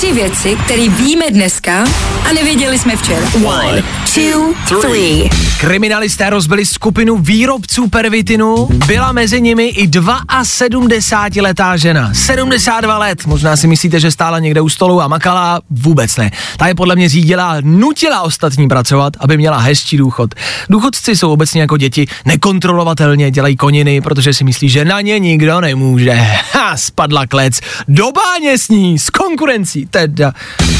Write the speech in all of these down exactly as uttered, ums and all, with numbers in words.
Tři věci, které víme dneska a nevěděli jsme včera. One, two, three. Kriminalisté rozbili skupinu výrobců pervitinu, byla mezi nimi i sedmdesátiletá žena. sedmdesát dva let, možná si myslíte, že stála někde u stolu a makala, vůbec ne. Ta je podle mě řídila, nutila ostatní pracovat, aby měla hezčí důchod. Důchodci jsou obecně jako děti, nekontrolovatelně dělají koniny, protože si myslí, že na ně nikdo nemůže. Ha, spadla klec, do báně s ní, s konkurencí, teda.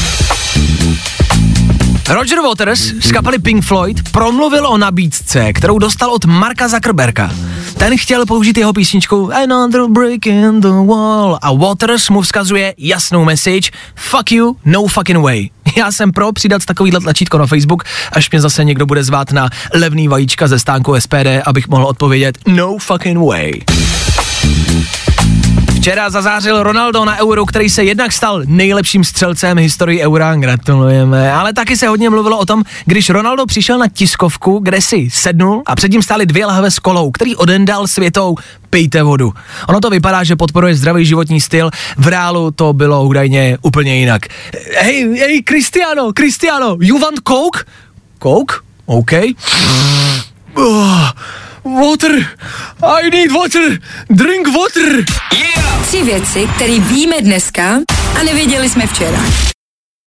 Roger Waters z kapely Pink Floyd promluvil o nabídce, kterou dostal od Marka Zuckerberga. Ten chtěl použít jeho písničku Another Brick in the Wall a Waters mu vzkazuje jasnou message fuck you, no fucking way. Já jsem pro přidat takovýhle tlačítko na Facebook, až mě zase někdo bude zvát na levný vajíčka ze stánku S P D, abych mohl odpovědět no fucking way. Včera zazářil Ronaldo na Euro, který se jednak stal nejlepším střelcem historii Eura, gratulujeme, ale taky se hodně mluvilo o tom, když Ronaldo přišel na tiskovku, kde si sednul a předtím stály dvě lahve s kolou, který odendal světou pijte vodu. Ono to vypadá, že podporuje zdravý životní styl, v reálu to bylo údajně úplně jinak. Hej, hej, Cristiano, Cristiano, you want coke? Coke? OK. Oh. Water! I need water! Drink water! Yeah! Tři věci, které víme dneska a nevěděli jsme včera.